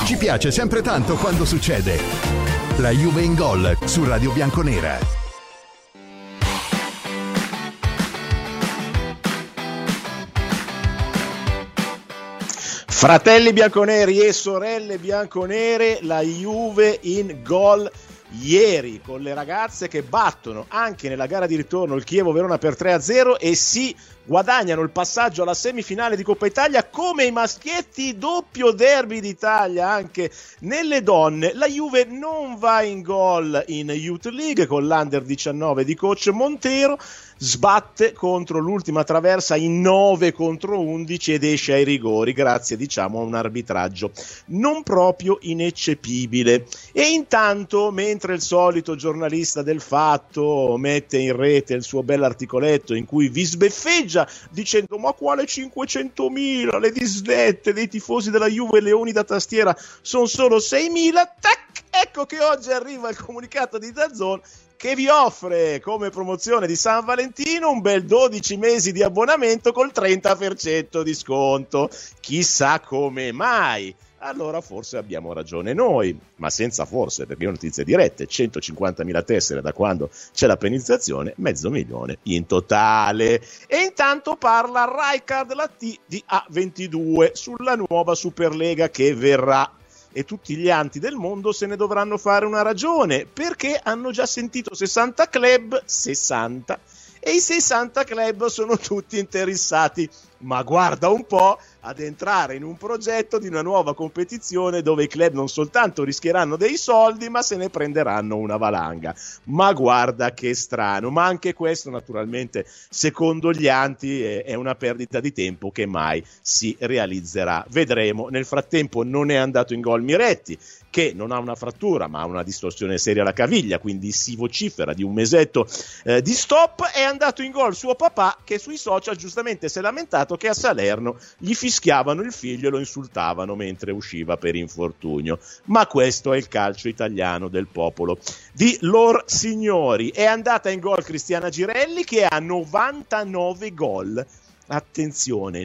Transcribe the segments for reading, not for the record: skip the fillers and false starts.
Ci piace sempre tanto quando succede. La Juve in gol su Radio Bianconera. Fratelli bianconeri e sorelle bianconere, la Juve in gol ieri con le ragazze che battono anche nella gara di ritorno il Chievo Verona per 3-0 e si guadagnano il passaggio alla semifinale di Coppa Italia. Come i maschietti, doppio derby d'Italia anche nelle donne. La Juve non va in gol in Youth League con l'Under 19 di coach Montero, sbatte contro l'ultima traversa in 9 contro 11 ed esce ai rigori grazie a un arbitraggio non proprio ineccepibile. E intanto, mentre il solito giornalista del Fatto mette in rete il suo bell'articoletto in cui vi sbeffeggia dicendo ma quale 500.000, le dislette dei tifosi della Juve Leoni da tastiera sono solo 6.000, tac, ecco che oggi arriva il comunicato di DAZN che vi offre come promozione di San Valentino un bel 12 mesi di abbonamento col 30% di sconto. Chissà come mai. Allora forse abbiamo ragione noi, ma senza forse, perché è notizia dirette, 150.000 tessere da quando c'è la penalizzazione, 500.000 in totale. E intanto parla Rijkaard Lattì di A22 sulla nuova Superlega che verrà. E tutti gli anti del mondo se ne dovranno fare una ragione, perché hanno già sentito 60 club, 60, e i 60 club sono tutti interessati, ma guarda un po', ad entrare in un progetto di una nuova competizione dove i club non soltanto rischieranno dei soldi, ma se ne prenderanno una valanga. Ma guarda che strano, ma anche questo naturalmente secondo gli anti è una perdita di tempo che mai si realizzerà. Vedremo. Nel frattempo non è andato in gol Miretti, che non ha una frattura ma ha una distorsione seria alla caviglia, quindi si vocifera di un mesetto di stop. È andato in gol suo papà, che sui social giustamente si è lamentato che a Salerno gli fischiavano il figlio e lo insultavano mentre usciva per infortunio. Ma questo è il calcio italiano del popolo di lor signori. È andata in gol Cristiana Girelli, che ha 99 gol. Attenzione,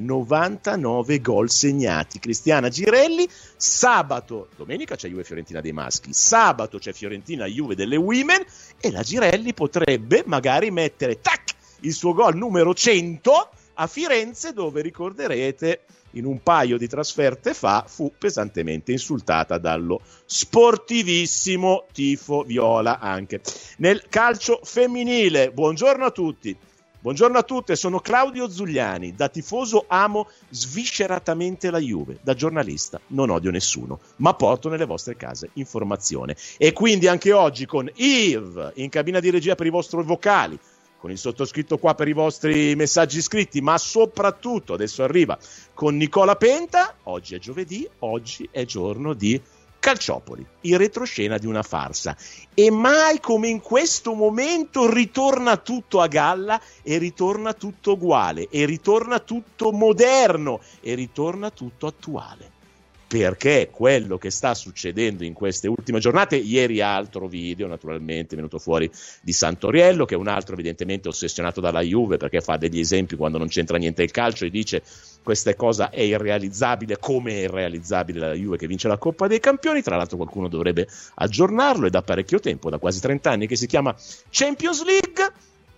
99 gol segnati. Cristiana Girelli. Sabato, domenica c'è Juve Fiorentina dei maschi, sabato c'è Fiorentina Juve delle women e la Girelli potrebbe magari mettere tac il suo gol numero 100 a Firenze, dove ricorderete in un paio di trasferte fa fu pesantemente insultata dallo sportivissimo tifo viola. Anche nel calcio femminile, buongiorno a tutti. Buongiorno a tutte, sono Claudio Zugliani, da tifoso amo svisceratamente la Juve, da giornalista non odio nessuno, ma porto nelle vostre case informazione. E quindi anche oggi con Yves in cabina di regia per i vostri vocali, con il sottoscritto qua per i vostri messaggi scritti, ma soprattutto adesso arriva con Nicola Penta. Oggi è giovedì, oggi è giorno di Calciopoli, il retroscena di una farsa, e mai come in questo momento ritorna tutto a galla e ritorna tutto uguale e ritorna tutto moderno e ritorna tutto attuale, perché quello che sta succedendo in queste ultime giornate, ieri altro video naturalmente venuto fuori di Santoriello, che è un altro evidentemente ossessionato dalla Juve perché fa degli esempi quando non c'entra niente il calcio e dice questa cosa è irrealizzabile, come è irrealizzabile la Juve che vince la Coppa dei Campioni. Tra l'altro qualcuno dovrebbe aggiornarlo, è da parecchio tempo, da quasi 30 anni che si chiama Champions League.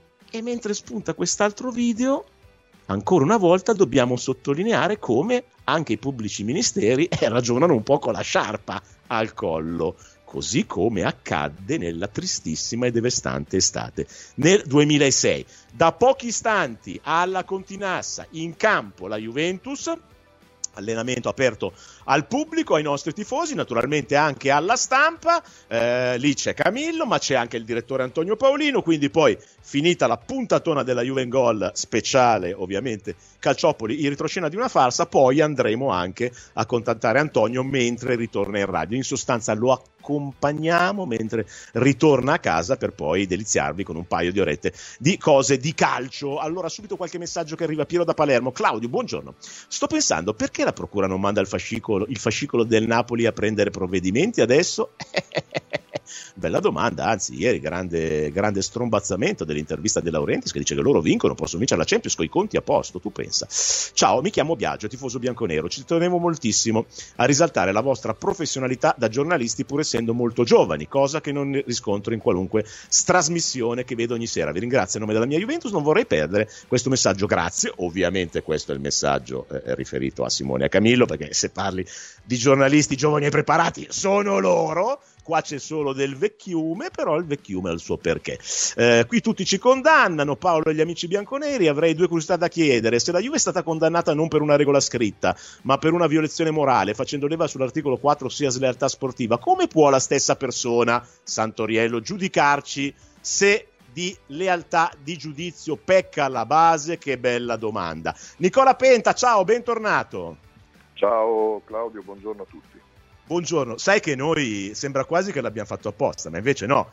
E mentre spunta quest'altro video, ancora una volta dobbiamo sottolineare come anche i pubblici ministeri ragionano un po' con la sciarpa al collo, così come accadde nella tristissima e devastante estate nel 2006. Da pochi istanti alla Continassa in campo la Juventus, allenamento aperto al pubblico, ai nostri tifosi, naturalmente anche alla stampa. Lì c'è Camillo, ma c'è anche il direttore Antonio Paolino, quindi poi finita la puntatona della Juve in Gol speciale, ovviamente Calciopoli, il retroscena di una farsa, poi andremo anche a contattare Antonio mentre ritorna in radio. In sostanza lo accompagniamo mentre ritorna a casa per poi deliziarvi con un paio di orette di cose di calcio. Allora subito qualche messaggio che arriva. Piero da Palermo: Claudio, buongiorno, sto pensando perché la procura non manda il fascicolo del Napoli a prendere provvedimenti adesso? Bella domanda, anzi ieri grande strombazzamento dell'intervista De Laurentiis che dice che loro vincono, possono vincere la Champions coi conti a posto, tu pensa. Ciao, mi chiamo Biagio, tifoso bianconero, ci tenevo moltissimo a risaltare la vostra professionalità da giornalisti pur essendo molto giovani, cosa che non riscontro in qualunque trasmissione che vedo ogni sera. Vi ringrazio a nome della mia Juventus, non vorrei perdere questo messaggio, grazie. Ovviamente questo è il messaggio riferito a Simone e a Camillo, perché se parli di giornalisti giovani e preparati sono loro. Qua c'è solo del vecchiume, però il vecchiume ha il suo perché. Qui tutti ci condannano, Paolo e gli amici bianconeri. Avrei due curiosità da chiedere: se la Juve è stata condannata non per una regola scritta, ma per una violazione morale, facendo leva sull'articolo 4 sia slealtà sportiva, come può la stessa persona, Santoriello, giudicarci se di lealtà di giudizio pecca alla base? Che bella domanda. Nicola Penta, ciao, bentornato. Ciao Claudio, buongiorno a tutti. Buongiorno, sai che noi sembra quasi che l'abbiamo fatto apposta, ma invece no.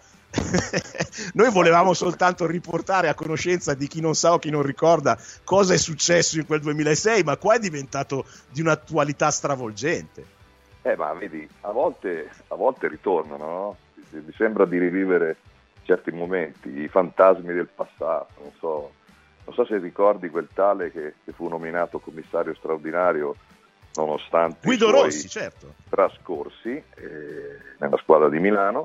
Noi volevamo soltanto riportare a conoscenza di chi non sa o chi non ricorda cosa è successo in quel 2006, ma qua è diventato di un'attualità stravolgente. Ma vedi, a volte ritornano, no? Mi sembra di rivivere certi momenti, i fantasmi del passato, non so se ricordi quel tale che fu nominato commissario straordinario nonostante Guido i suoi Rossi, certo, trascorsi nella squadra di Milano,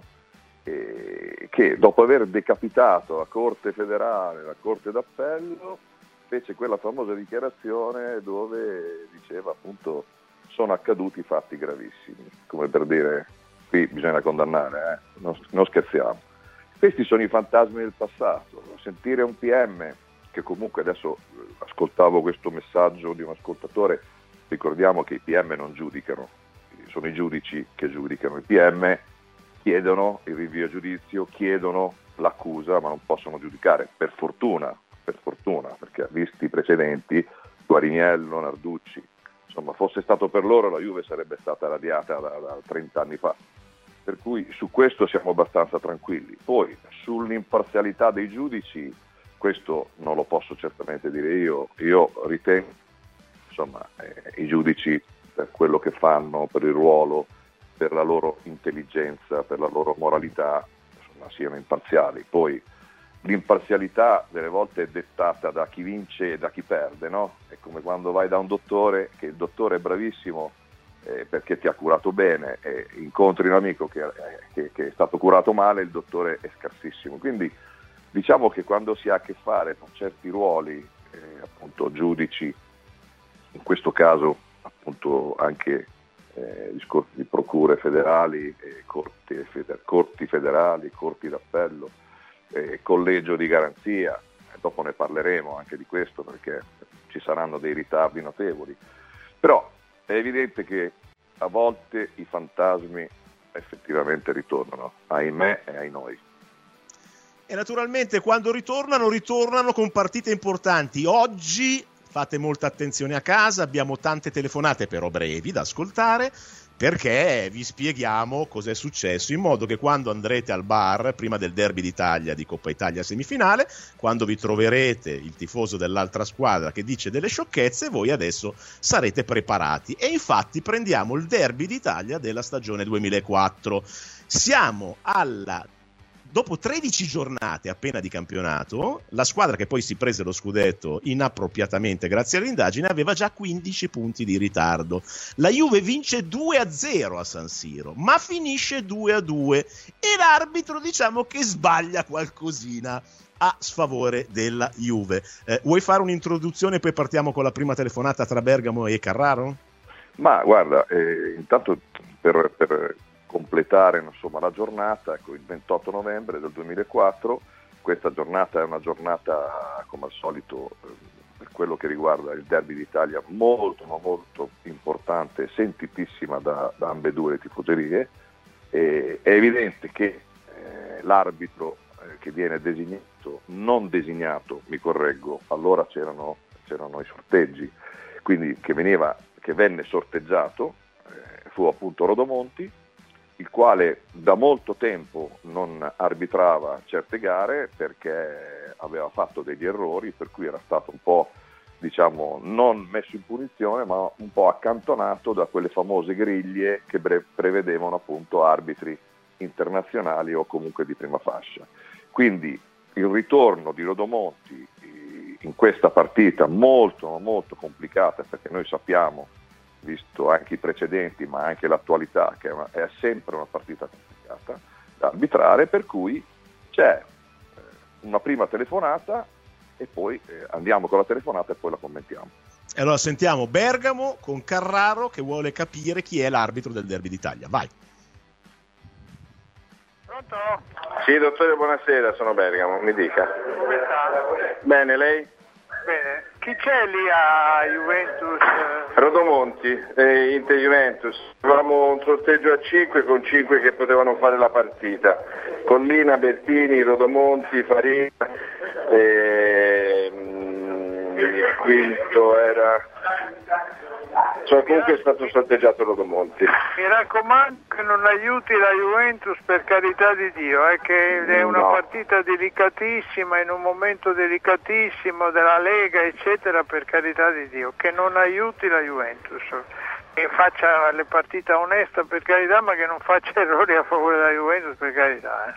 che dopo aver decapitato la Corte federale, la Corte d'Appello, fece quella famosa dichiarazione dove diceva appunto sono accaduti fatti gravissimi, come per dire qui bisogna condannare, non scherziamo. Questi sono i fantasmi del passato. Sentire un PM, che comunque adesso ascoltavo questo messaggio di un ascoltatore, ricordiamo che i PM non giudicano, sono i giudici che giudicano. I PM chiedono il rinvio a giudizio, chiedono l'accusa, ma non possono giudicare, per fortuna, perché visti i precedenti, Guariniello, Narducci, insomma, fosse stato per loro la Juve sarebbe stata radiata da 30 anni fa. Per cui su questo siamo abbastanza tranquilli. Poi sull'imparzialità dei giudici, questo non lo posso certamente dire io ritengo, insomma, i giudici per quello che fanno, per il ruolo, per la loro intelligenza, per la loro moralità, insomma, siano imparziali. Poi l'imparzialità delle volte è dettata da chi vince e da chi perde, no? È come quando vai da un dottore, che il dottore è bravissimo perché ti ha curato bene, e incontri un amico che è stato curato male, il dottore è scarsissimo. Quindi diciamo che quando si ha a che fare con certi ruoli, appunto giudici, in questo caso appunto anche discorsi di procure federali, corti federali, corti d'appello, collegio di garanzia, dopo ne parleremo anche di questo perché ci saranno dei ritardi notevoli, però è evidente che a volte i fantasmi effettivamente ritornano, ahimè e ai noi. E naturalmente quando ritornano con partite importanti. Oggi fate molta attenzione a casa, abbiamo tante telefonate però brevi da ascoltare, perché vi spieghiamo cos'è successo, in modo che quando andrete al bar prima del derby d'Italia di Coppa Italia semifinale, quando vi troverete il tifoso dell'altra squadra che dice delle sciocchezze, voi adesso sarete preparati. E infatti prendiamo il derby d'Italia della stagione 2004. Siamo dopo 13 giornate appena di campionato, la squadra che poi si prese lo scudetto inappropriatamente grazie all'indagine aveva già 15 punti di ritardo. La Juve vince 2-0 a San Siro, ma finisce 2-2 e l'arbitro diciamo che sbaglia qualcosina a sfavore della Juve. Vuoi fare un'introduzione e poi partiamo con la prima telefonata tra Bergamo e Carraro? Ma guarda, intanto per completare insomma la giornata, ecco, il 28 novembre del 2004, questa giornata è una giornata come al solito per quello che riguarda il derby d'Italia molto ma molto importante, sentitissima da ambedue le tifoserie. È evidente che l'arbitro che viene designato, non designato, mi correggo, allora c'erano i sorteggi, quindi che venne sorteggiato fu appunto Rodomonti, il quale da molto tempo non arbitrava certe gare perché aveva fatto degli errori, per cui era stato un po', diciamo, non messo in punizione, ma un po' accantonato da quelle famose griglie che prevedevano appunto arbitri internazionali o comunque di prima fascia. Quindi il ritorno di Rodomonti in questa partita molto molto complicata, perché noi sappiamo, visto anche i precedenti ma anche l'attualità, che è sempre una partita complicata da arbitrare, per cui c'è una prima telefonata e poi andiamo con la telefonata e poi la commentiamo. E allora sentiamo Bergamo con Carraro che vuole capire chi è l'arbitro del Derby d'Italia. Vai. Pronto? Sì, dottore, buonasera, sono Bergamo, mi dica. Come sta? Bene, lei? Bene. Chi c'è lì a Juventus? Rodomonti, Inter Juventus. Avevamo un sorteggio a 5 con 5 che potevano fare la partita. Collina, Bertini, Rodomonti, Farina, il quinto era... comunque è stato sorteggiato Rodomonti. Mi raccomando che non aiuti la Juventus, per carità di Dio, che è una partita delicatissima, in un momento delicatissimo della Lega, eccetera, per carità di Dio, che non aiuti la Juventus, che faccia le partite onesta, per carità, ma che non faccia errori a favore della Juventus, per carità.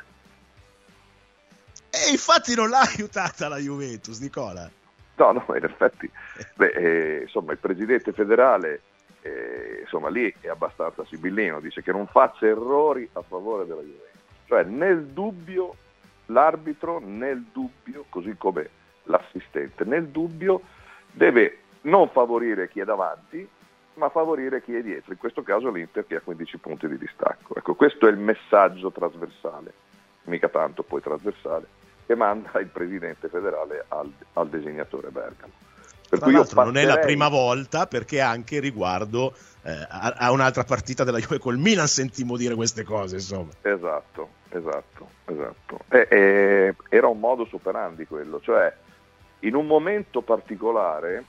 E infatti non l'ha aiutata la Juventus, Nicola. No, in effetti, insomma, il presidente federale, insomma, lì è abbastanza sibillino, dice che non faccia errori a favore della Juventus. Cioè, nel dubbio, l'arbitro, nel dubbio, così come l'assistente, nel dubbio, deve non favorire chi è davanti, ma favorire chi è dietro. In questo caso l'Inter, che ha 15 punti di distacco. Ecco, questo è il messaggio trasversale, mica tanto poi trasversale, che manda il presidente federale al designatore Bergamo. Per Tra l'altro non è la prima volta, perché anche riguardo a un'altra partita della Juve col Milan sentimmo dire queste cose, insomma. Esatto. Era un modus operandi quello, cioè in un momento particolare,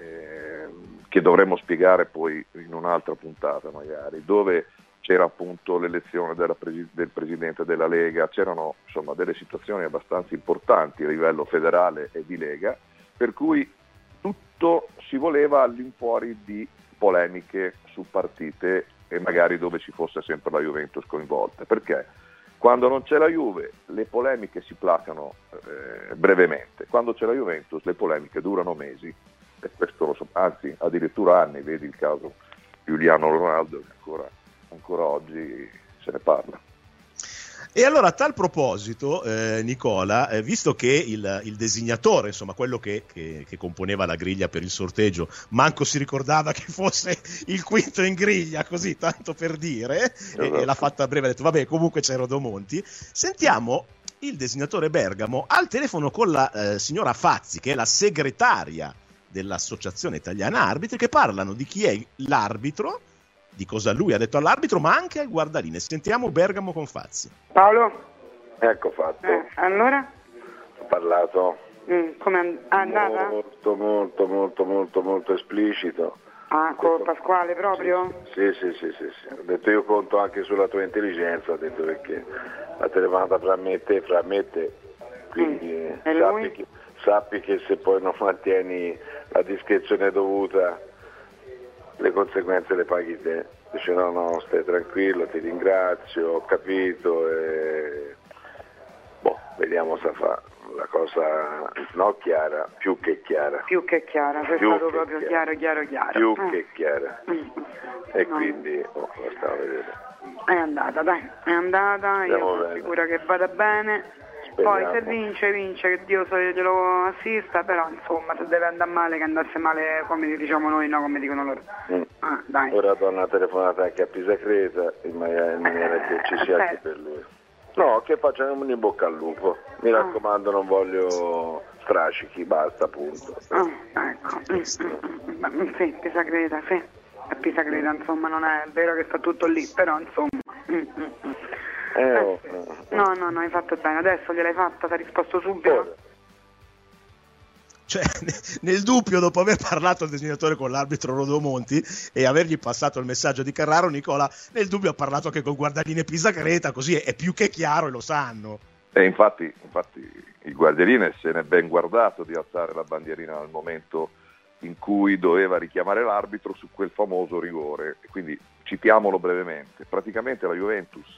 che dovremmo spiegare poi in un'altra puntata magari, dove c'era appunto l'elezione del presidente della Lega, c'erano insomma delle situazioni abbastanza importanti a livello federale e di Lega, per cui tutto si voleva all'infuori di polemiche su partite e magari dove ci fosse sempre la Juventus coinvolta, perché quando non c'è la Juve le polemiche si placano brevemente, quando c'è la Juventus le polemiche durano mesi, e questo lo so, anzi addirittura anni, vedi il caso Giuliano Ronaldo, che ancora oggi se ne parla. E allora a tal proposito, Nicola, visto che il designatore, insomma quello che componeva la griglia per il sorteggio, manco si ricordava che fosse il quinto in griglia, così tanto per dire, e l'ha fatta a breve, ha detto vabbè comunque c'è Rodomonti, sentiamo il designatore Bergamo al telefono con la signora Fazzi, che è la segretaria dell'Associazione Italiana Arbitri, che parlano di chi è l'arbitro, di cosa lui ha detto all'arbitro, ma anche al guardaline. Sentiamo Bergamo con Fazzi. Paolo? Ecco fatto. Allora? Ho parlato. Come è andata? Molto esplicito. Ah, con Pasquale proprio? Sì. Ho detto io conto anche sulla tua intelligenza, ho detto, perché la telefonata fra me e te, quindi sappi che se poi non mantieni la discrezione dovuta le conseguenze le paghi te. Dice no, stai tranquillo, ti ringrazio, ho capito, e vediamo se fa la cosa chiara, più che chiara. Sei stato proprio chiaro. Più che chiara. E quindi la stiamo a vedere. È andata, io sono sicura che vada bene. Poi se vince, che Dio glielo assista, però insomma se deve andare male, che andasse male come diciamo noi, no come dicono loro. Dai. Ora do una telefonata anche a Pisacreta in maniera che ci sia anche per lui. No, che facciano un in bocca al lupo, mi raccomando, non voglio strascichi, basta, punto. Ecco. Sì, Pisacreta, sì. A Pisacreta insomma non è vero che sta tutto lì, però insomma. No, hai fatto bene, adesso gliel'hai fatta, ti ha risposto subito. Cioè, nel dubbio, dopo aver parlato il designatore con l'arbitro Rodomonti e avergli passato il messaggio di Carraro, Nicola, nel dubbio ha parlato anche con guardaline Pisacreta, così è più che chiaro e lo sanno. E infatti il guardaline se n'è ben guardato di alzare la bandierina nel momento in cui doveva richiamare l'arbitro su quel famoso rigore. Quindi citiamolo brevemente. Praticamente la Juventus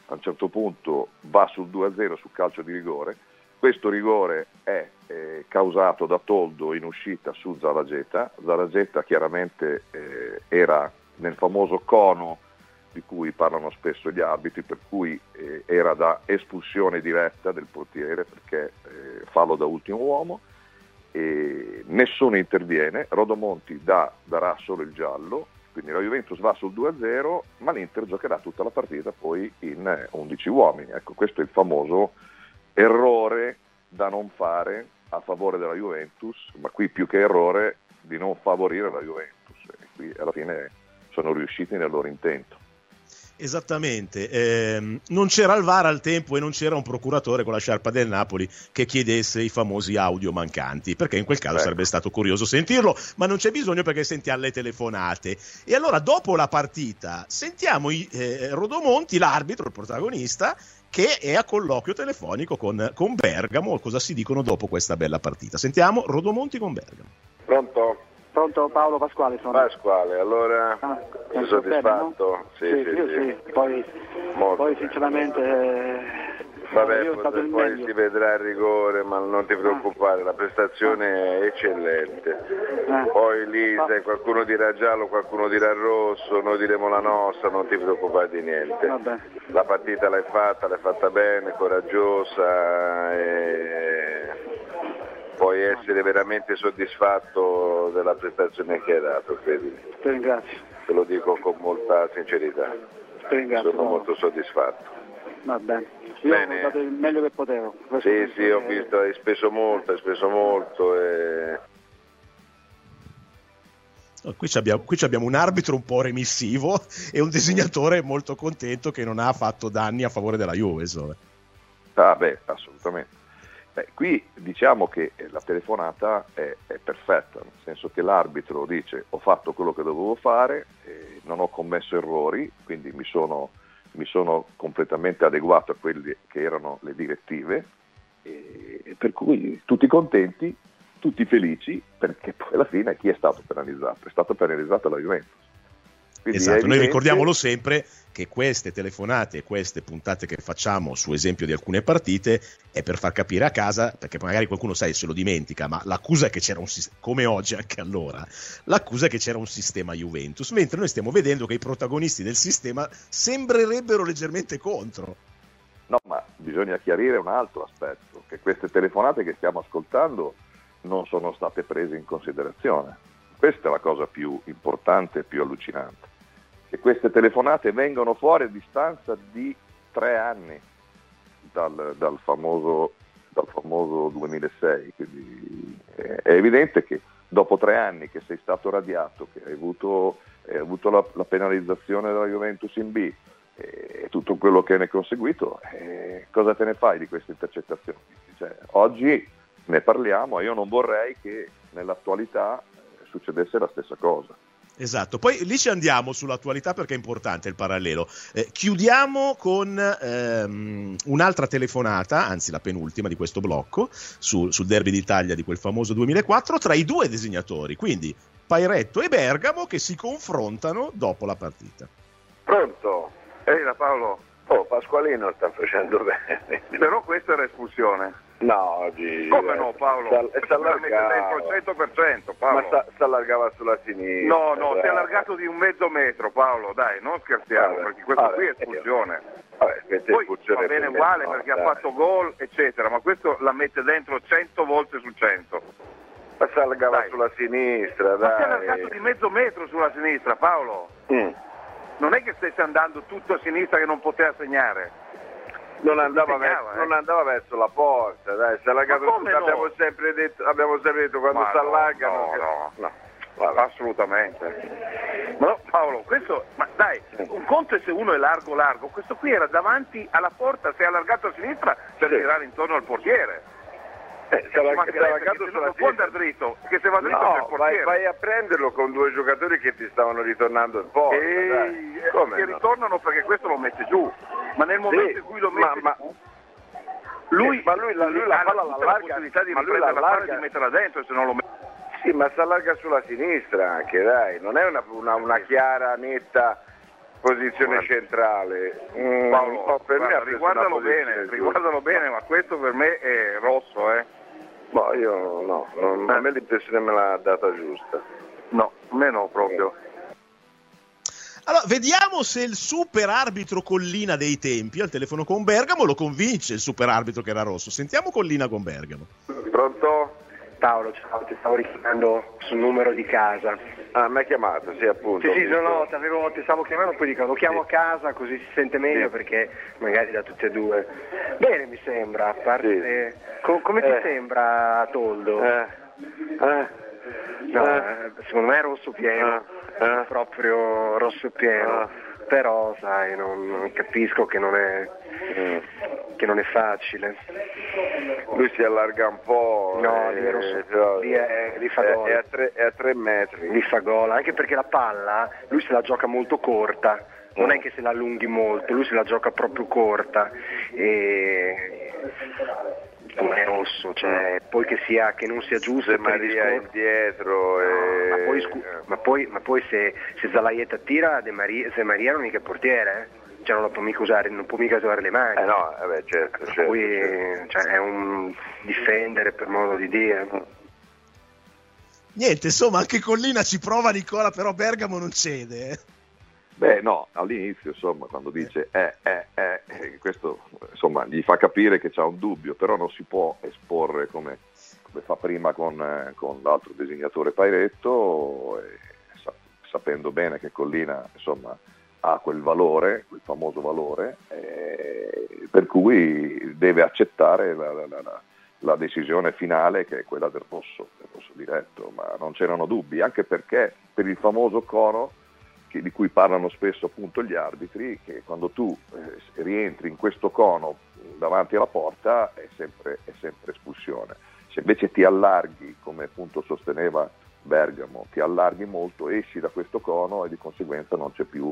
a un certo punto va sul 2-0 sul calcio di rigore. Questo rigore è causato da Toldo in uscita su Zalageta. Zalageta chiaramente era nel famoso cono di cui parlano spesso gli arbitri, per cui era da espulsione diretta del portiere, perché fallo da ultimo uomo, e nessuno interviene. Rodomonti darà solo il giallo, quindi la Juventus va sul 2-0, ma l'Inter giocherà tutta la partita poi in 11 uomini. Ecco, questo è il famoso errore da non fare a favore della Juventus, ma qui più che errore di non favorire la Juventus, e qui alla fine sono riusciti nel loro intento. Esattamente, non c'era il VAR al tempo e non c'era un procuratore con la sciarpa del Napoli che chiedesse i famosi audio mancanti, perché in quel caso sarebbe stato curioso sentirlo, ma non c'è bisogno perché sentiamo le telefonate. E allora dopo la partita sentiamo Rodomonti, l'arbitro, il protagonista, che è a colloquio telefonico con Bergamo. Cosa si dicono dopo questa bella partita? Sentiamo Rodomonti con Bergamo. Pronto? Pronto, Paolo Pasquale sono. Pasquale, allora sei soddisfatto? No? Sì. Poi sinceramente vabbè, poi si vedrà il rigore, ma non ti preoccupare, la prestazione è eccellente. Poi lì se qualcuno dirà giallo, qualcuno dirà rosso, noi diremo la nostra, non ti preoccupare di niente. Vabbè. La partita l'hai fatta bene, coraggiosa, e puoi essere veramente soddisfatto della prestazione che hai dato, credimi. Ti ringrazio. Te lo dico con molta sincerità. Ti ringrazio. Sono molto soddisfatto. Va bene. Io ho dato il meglio che potevo. Sì, ho visto, hai speso molto e... Qui abbiamo un arbitro un po' remissivo e un disegnatore molto contento che non ha fatto danni a favore della Juve, insomma. Assolutamente. Qui diciamo che la telefonata è perfetta, nel senso che l'arbitro dice: ho fatto quello che dovevo fare, non ho commesso errori, quindi mi sono completamente adeguato a quelle che erano le direttive, e per cui tutti contenti, tutti felici, perché poi alla fine chi è stato penalizzato? È stato penalizzato la Juventus. Quindi esatto, noi ricordiamolo sempre che queste telefonate e queste puntate che facciamo su esempio di alcune partite è per far capire a casa, perché magari qualcuno se lo dimentica, ma l'accusa è che c'era un sistema, come oggi anche allora, l'accusa è che c'era un sistema Juventus, mentre noi stiamo vedendo che i protagonisti del sistema sembrerebbero leggermente contro. No, ma bisogna chiarire un altro aspetto, che queste telefonate che stiamo ascoltando non sono state prese in considerazione. Questa è la cosa più importante e più allucinante, che queste telefonate vengono fuori a distanza di 3 anni dal famoso 2006, quindi è evidente che dopo 3 anni che sei stato radiato, che hai avuto la penalizzazione della Juventus in B e tutto quello che ne è conseguito, cosa te ne fai di queste intercettazioni? Cioè, oggi ne parliamo e io non vorrei che nell'attualità succedesse la stessa cosa. Esatto, poi lì ci andiamo sull'attualità perché è importante il parallelo. Chiudiamo con un'altra telefonata, anzi la penultima di questo blocco, sul derby d'Italia di quel famoso 2004, tra i due designatori, quindi Pairetto e Bergamo, che si confrontano dopo la partita. Pronto? Ehi Paolo. Pasqualino sta facendo bene. Però questa era espulsione. No, oggi... Come no, Paolo? Si allargava dentro 100%, Paolo. Ma si allargava sulla sinistra. No, si è allargato di 1,5 metri, Paolo, dai, non scherziamo, perché questo qui è espulsione. Poi va bene uguale perché ha fatto gol, eccetera, ma questo la mette dentro 100 volte su 100. Ma si allargava sulla sinistra, dai. Ma si è allargato di 0,5 metri sulla sinistra, Paolo. Non è che stesse andando tutto a sinistra che non poteva segnare. Non andava verso la porta, dai, si è allargato tutto, abbiamo sempre detto quando si allargano. No, assolutamente. Ma no, Paolo, questo, ma dai, un conto è se uno è largo, questo qui era davanti alla porta, si è allargato a sinistra per girare intorno al portiere. Si è allargato sulla può andare dritto, che se va dritto c'è il portiere. Vai a prenderlo con 2 giocatori che ti stavano ritornando in porta. Che ritornano perché questo lo mette giù, ma nel momento in cui lo mette giù, lui la palla la possibilità di riprendere la palla e di metterla dentro, se non lo mette. Sì, ma si allarga sulla sinistra anche, dai, non è una chiara, netta posizione centrale. Paolo, per me riguardalo bene, ma questo per me è rosso, No, io no, a me l'impressione me l'ha data giusta. No, a me no proprio. Allora, vediamo se il super arbitro Collina dei tempi al telefono con Bergamo lo convince il super arbitro che era rosso. Sentiamo Collina con Bergamo. Pronto? Paolo, ciao, ti stavo richiamando sul numero di casa. Ah, mi hai chiamato, sì, appunto. Sì, no, ti stavo chiamando, poi dico, lo chiamo a casa così si sente meglio, perché magari da tutte e due. Bene, mi sembra, a parte... Come ti sembra Toldo? Secondo me è rosso pieno, proprio rosso pieno, però sai, non capisco che non è facile. Lui si allarga un po'. No, lì è rosso, lì fa gol. È a 3 metri. Lì fa gol, anche perché la palla lui se la gioca molto corta, non è che se la allunghi molto, lui se la gioca proprio corta e non è rosso, cioè poi che non sia giusto Maria indietro ma poi se Zalaieta tira De Maria non è mica il portiere, cioè non lo può mica usare, non può mica usare le mani. Certo. Cioè, è un difendere per modo di dire. Niente, insomma, anche Collina ci prova, Nicola, però Bergamo non cede. Beh, no, all'inizio, insomma, quando dice questo, insomma, gli fa capire che c'ha un dubbio, però non si può esporre come fa prima con l'altro disegnatore Pairetto, sapendo bene che Collina, insomma, ha quel valore, quel famoso valore, per cui deve accettare la decisione finale, che è quella del rosso diretto, ma non c'erano dubbi, anche perché per il famoso cono di cui parlano spesso appunto gli arbitri, che quando tu rientri in questo cono davanti alla porta è sempre espulsione. Se invece ti allarghi, come appunto sosteneva Bergamo, ti allarghi molto, esci da questo cono e di conseguenza non c'è più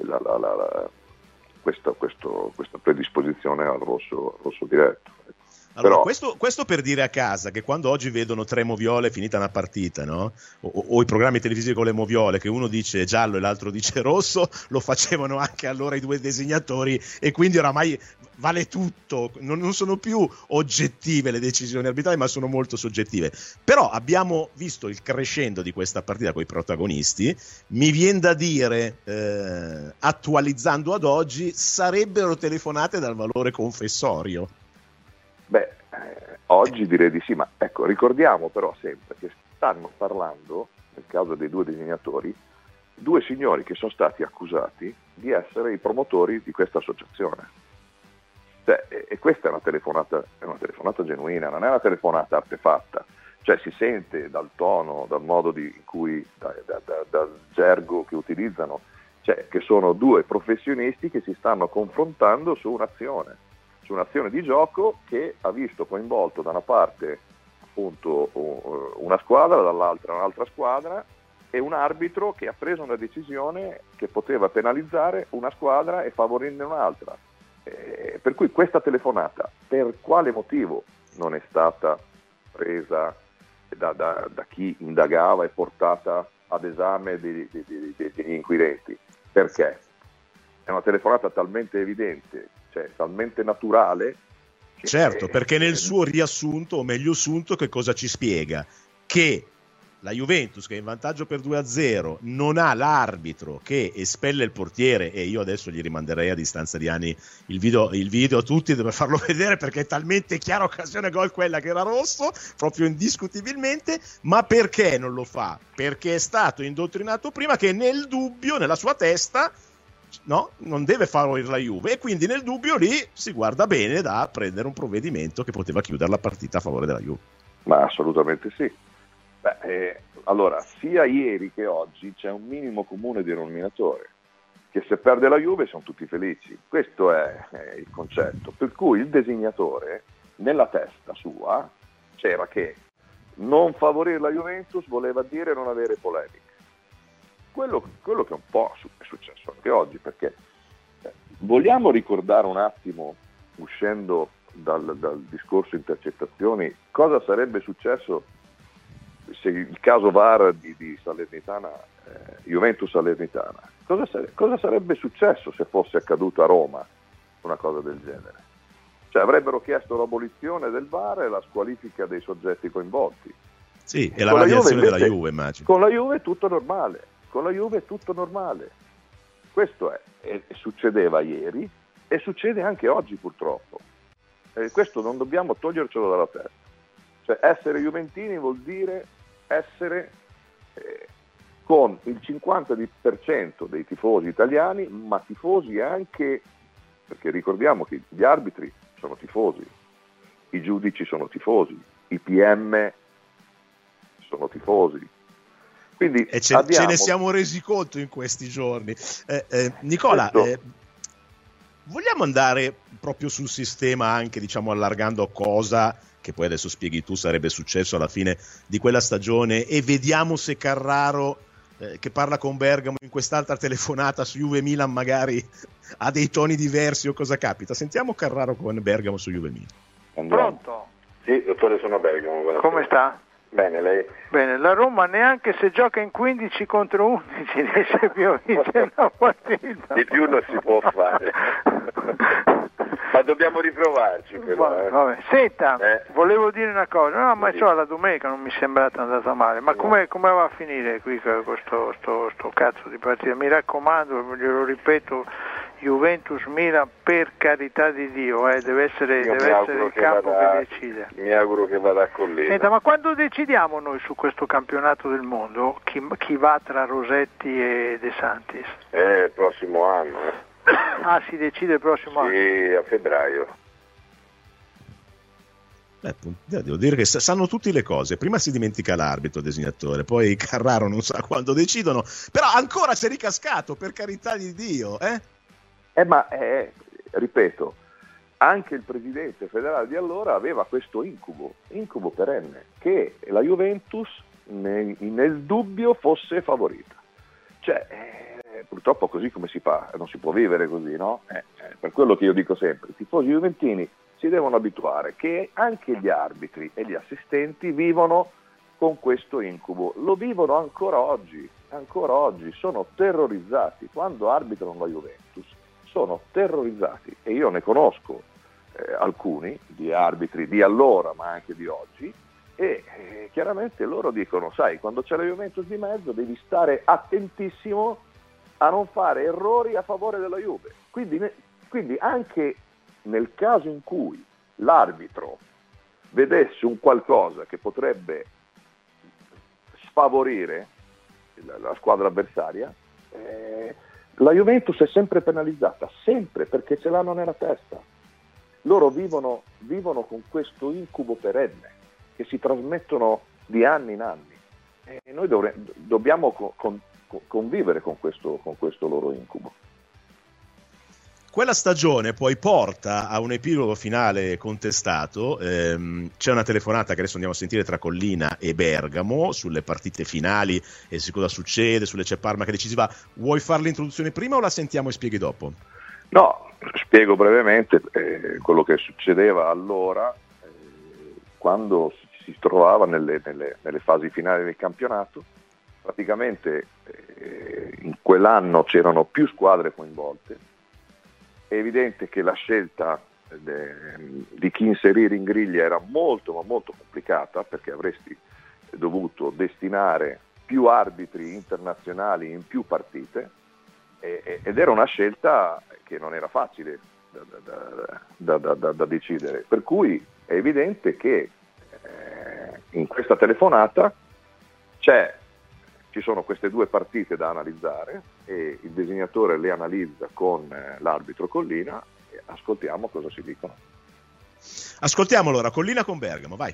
questa predisposizione al rosso diretto. Allora, questo per dire a casa che quando oggi vedono 3 moviole finita una partita, no? O i programmi televisivi con le moviole, che uno dice giallo e l'altro dice rosso, lo facevano anche allora i due designatori, e quindi oramai vale tutto, non sono più oggettive le decisioni arbitrali, ma sono molto soggettive. Però abbiamo visto il crescendo di questa partita con i protagonisti, mi viene da dire, attualizzando ad oggi, sarebbero telefonate dal valore confessorio. Beh, oggi direi di sì, ma ecco, ricordiamo però sempre che stanno parlando, nel caso dei due designatori, 2 signori che sono stati accusati di essere i promotori di questa associazione. E questa è una telefonata genuina, non è una telefonata artefatta. Cioè si sente dal tono, dal modo in cui, dal gergo che utilizzano, cioè che sono 2 professionisti che si stanno confrontando su un'azione di gioco che ha visto coinvolto da una parte appunto una squadra, dall'altra un'altra squadra, e un arbitro che ha preso una decisione che poteva penalizzare una squadra e favorirne un'altra. Per cui questa telefonata, per quale motivo non è stata presa da chi indagava e portata ad esame degli inquirenti? Perché? È una telefonata talmente evidente, cioè talmente naturale. Certo, perché nel suo riassunto, o meglio assunto, che cosa ci spiega? Che la Juventus, che è in vantaggio per 2-0, non ha l'arbitro che espelle il portiere, e io adesso gli rimanderei a distanza di anni il video a tutti per farlo vedere, perché è talmente chiara occasione gol quella che era rosso, proprio indiscutibilmente. Ma perché non lo fa? Perché è stato indottrinato prima che nel dubbio, nella sua testa, no, non deve favorire la Juve, e quindi nel dubbio lì si guarda bene da prendere un provvedimento che poteva chiudere la partita a favore della Juve. Ma assolutamente sì. Allora, sia ieri che oggi c'è un minimo comune denominatore, che se perde la Juve sono tutti felici. Questo è il concetto, per cui il designatore nella testa sua c'era che non favorire la Juventus voleva dire non avere polemiche. Quello che un po' è successo anche oggi, perché vogliamo ricordare un attimo, uscendo dal discorso intercettazioni, cosa sarebbe successo se il caso VAR di Salernitana Juventus Salernitana, cosa sarebbe successo se fosse accaduto a Roma una cosa del genere? Cioè avrebbero chiesto l'abolizione del VAR e la squalifica dei soggetti coinvolti. Sì, e la radiazione della Juve, immagino. Con la Juve è tutto normale. Questo è, e succedeva ieri e succede anche oggi purtroppo. Questo non dobbiamo togliercelo dalla testa. Cioè essere juventini vuol dire essere con il 50% dei tifosi italiani, ma tifosi anche, perché ricordiamo che gli arbitri sono tifosi, i giudici sono tifosi, i PM sono tifosi. Quindi e ce ne siamo resi conto in questi giorni. Nicola, vogliamo andare proprio sul sistema anche, diciamo, allargando cosa che poi adesso spieghi tu sarebbe successo alla fine di quella stagione, e vediamo se Carraro che parla con Bergamo in quest'altra telefonata su Juve Milan magari ha dei toni diversi o cosa capita. Sentiamo Carraro con Bergamo su Juve Milan. Pronto? Sì, dottore, sono a Bergamo. Come sta? Bene, lei? Bene, la Roma neanche se gioca in 15 contro 11 riesce più a vincere una partita. Di più non si può fare. Ma dobbiamo riprovarci però. Vabbè. Senta, volevo dire una cosa, no, ma la domenica non mi è sembrata andata male, ma come va a finire qui con sto cazzo di partita? Mi raccomando, glielo ripeto, Juventus-Milan, per carità di Dio, deve essere il campo che decide. Mi auguro che vada a collina. Senta, ma quando decidiamo noi su questo campionato del mondo, chi va tra Rosetti e De Santis? Il prossimo anno. Ah, si decide il prossimo anno? Sì, a febbraio. Devo dire che sanno tutte le cose. Prima si dimentica l'arbitro, il designatore, poi Carraro non sa quando decidono, però ancora si è ricascato, per carità di Dio. Ripeto, anche il presidente federale di allora aveva questo incubo perenne, che la Juventus nel dubbio fosse favorita. Purtroppo così come si fa, non si può vivere così, no? Per quello che io dico sempre, i tifosi juventini si devono abituare che anche gli arbitri e gli assistenti vivono con questo incubo, lo vivono ancora oggi, sono terrorizzati, quando arbitrano la Juventus sono terrorizzati, e io ne conosco alcuni di arbitri di allora ma anche di oggi, e chiaramente loro dicono, sai, quando c'è la Juventus di mezzo devi stare attentissimo a non fare errori a favore della Juve. Quindi anche nel caso in cui l'arbitro vedesse un qualcosa che potrebbe sfavorire la squadra avversaria, la Juventus è sempre penalizzata, sempre, perché ce l'hanno nella testa. Loro vivono con questo incubo perenne che si trasmettono di anni in anni, e noi dobbiamo convivere con questo loro incubo. Quella stagione poi porta a un epilogo finale contestato. C'è una telefonata che adesso andiamo a sentire tra Collina e Bergamo sulle partite finali e su cosa succede, sulle c'è Parma che è decisiva. Vuoi fare l'introduzione prima o la sentiamo e spieghi dopo? No, spiego brevemente quello che succedeva allora, quando si trovava nelle fasi finali del campionato. Praticamente in quell'anno c'erano più squadre coinvolte. È evidente che la scelta di chi inserire in griglia era molto ma molto complicata, perché avresti dovuto destinare più arbitri internazionali in più partite, ed era una scelta che non era facile da decidere, per cui è evidente che in questa telefonata ci sono queste due partite da analizzare, e il designatore le analizza con l'arbitro Collina, e ascoltiamo cosa si dicono. Ascoltiamo allora Collina con Bergamo, vai.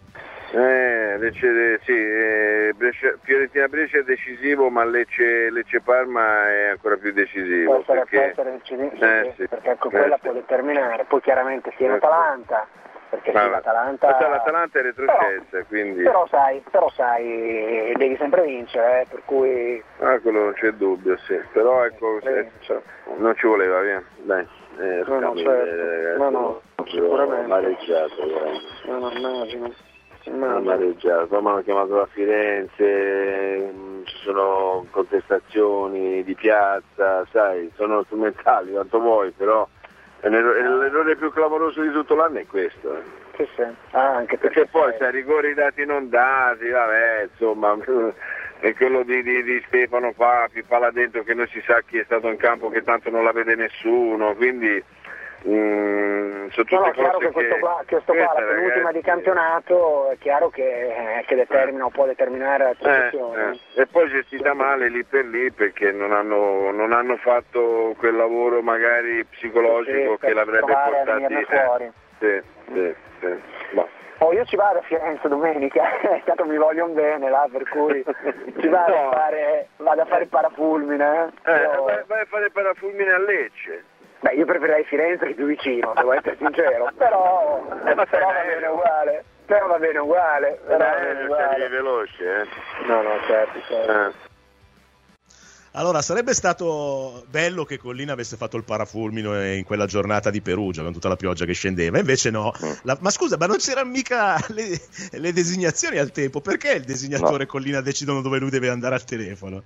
Fiorentina-Brescia è decisivo, ma Lecce-Parma è ancora più decisivo. Può essere decisivo, perché ecco, quella può determinare, poi chiaramente sia l'Atalanta, perché l'Atalanta è retrocessa, quindi... Però sai, devi sempre vincere, per cui... quello non c'è dubbio, sì. Però ecco, non ci voleva, via, dai. No, sicuramente. Mareggiato, no, immagino. amareggiato. Poi mi hanno chiamato da Firenze, ci sono contestazioni di piazza, sai, sono strumentali quanto vuoi, però l'errore più clamoroso di tutto l'anno è questo. Sì. Anche perché poi se rigori dati non dati, vabbè, insomma, è quello di Stefano fa là dentro che non si sa chi è stato in campo, che tanto non la vede nessuno, quindi sono tutte chiaro cose che questo qua la penultima di campionato è chiaro che determina o può determinare la situazione. E poi gestita male lì per lì, perché non hanno fatto quel lavoro magari psicologico che l'avrebbe portati fuori. Io ci vado a Firenze domenica, tanto mi vogliono bene là, per cui ci vado a fare il parafulmine. Vai a fare il parafulmine a Lecce. Beh, io preferirei Firenze, che è più vicino, devo essere sincero, però va bene uguale. Però va bene uguale. Sei veloce, No, certo. Allora, sarebbe stato bello che Collina avesse fatto il parafulmino in quella giornata di Perugia, con tutta la pioggia che scendeva, invece no. Ma scusa, ma non c'erano mica le designazioni al tempo? Perché il designatore Collina decidono dove lui deve andare al telefono?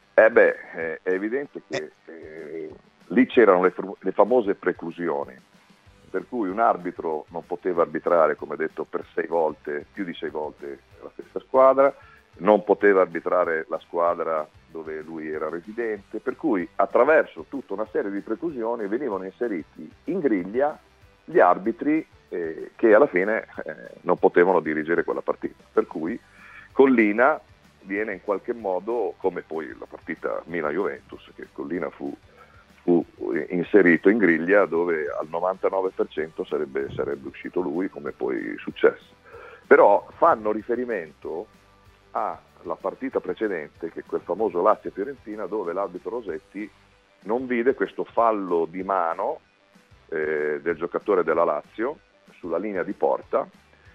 È evidente che lì c'erano le famose preclusioni, per cui un arbitro non poteva arbitrare, come detto, per più di 6 volte la stessa squadra, non poteva arbitrare la squadra dove lui era residente, per cui attraverso tutta una serie di preclusioni venivano inseriti in griglia gli arbitri che alla fine non potevano dirigere quella partita, per cui Collina viene in qualche modo, come poi la partita Milan-Juventus, che Collina fu inserito in griglia dove al 99% sarebbe uscito lui, come poi successo. Però fanno riferimento alla partita precedente, che è quel famoso Lazio-Fiorentina, dove l'arbitro Rosetti non vide questo fallo di mano del giocatore della Lazio sulla linea di porta,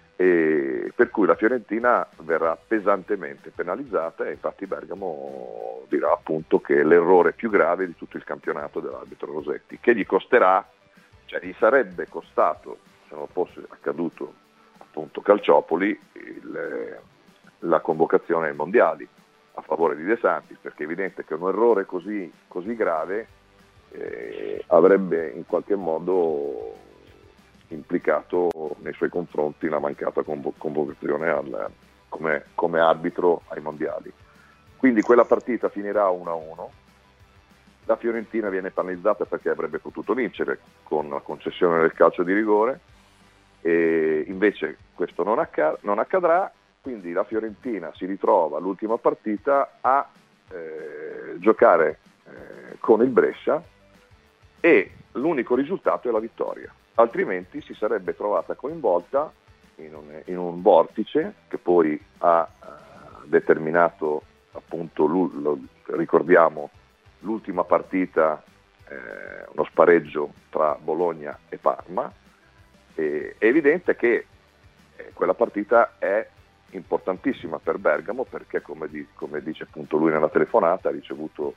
e per cui la Fiorentina verrà pesantemente penalizzata, e infatti Bergamo dirà appunto che è l'errore più grave di tutto il campionato dell'arbitro Rosetti, che gli sarebbe costato, se non fosse accaduto appunto Calciopoli, la convocazione ai mondiali a favore di De Santis, perché è evidente che un errore così grave avrebbe in qualche modo implicato nei suoi confronti la mancata convocazione come arbitro ai mondiali. Quindi quella partita finirà 1-1, la Fiorentina viene penalizzata perché avrebbe potuto vincere con la concessione del calcio di rigore, e invece questo non accadrà, quindi la Fiorentina si ritrova all'ultima partita a giocare con il Brescia, e l'unico risultato è la vittoria. Altrimenti si sarebbe trovata coinvolta in un vortice che poi ha determinato appunto, ricordiamo, l'ultima partita, uno spareggio tra Bologna e Parma. È evidente che quella partita è importantissima per Bergamo, perché come dice appunto lui nella telefonata, ha ricevuto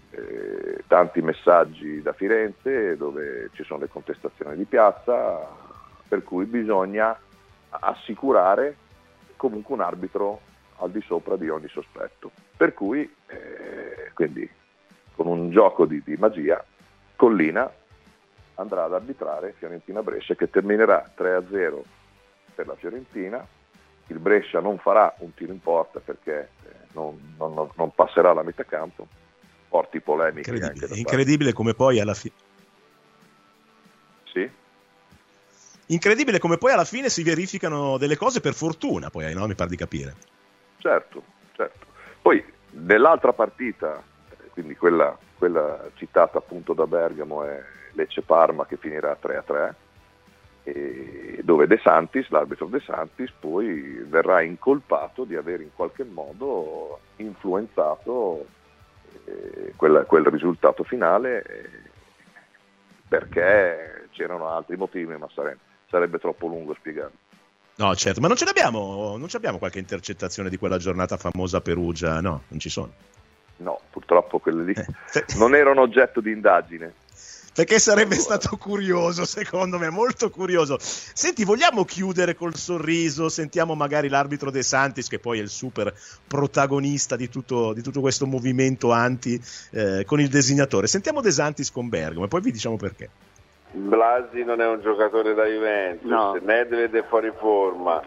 tanti messaggi da Firenze dove ci sono le contestazioni di piazza, per cui bisogna assicurare comunque un arbitro al di sopra di ogni sospetto, per cui quindi con un gioco di magia Collina andrà ad arbitrare Fiorentina-Brescia, che terminerà 3-0 per la Fiorentina. Il Brescia non farà un tiro in porta perché non passerà la metà campo, porti polemiche anche da incredibile come poi alla fine incredibile come poi alla fine si verificano delle cose per fortuna, poi no? Mi pare di capire. Certo. Poi nell'altra partita, quindi quella citata appunto da Bergamo, è Lecce-Parma, che finirà 3-3, e dove l'arbitro De Santis poi verrà incolpato di aver in qualche modo influenzato quel risultato finale, perché c'erano altri motivi, ma sarebbe troppo lungo spiegarlo. No, certo, ma non abbiamo qualche intercettazione di quella giornata famosa a Perugia? No, non ci sono. No, purtroppo quelle lì non erano oggetto di indagine. perché sarebbe stato curioso, secondo me, molto curioso. Senti, vogliamo chiudere col sorriso? Sentiamo magari l'arbitro De Santis, che poi è il super protagonista di tutto questo movimento anti con il designatore. Sentiamo De Santis con Bergamo e poi vi diciamo perché. Blasi non è un giocatore da Juventus, no. Nedved è fuori forma,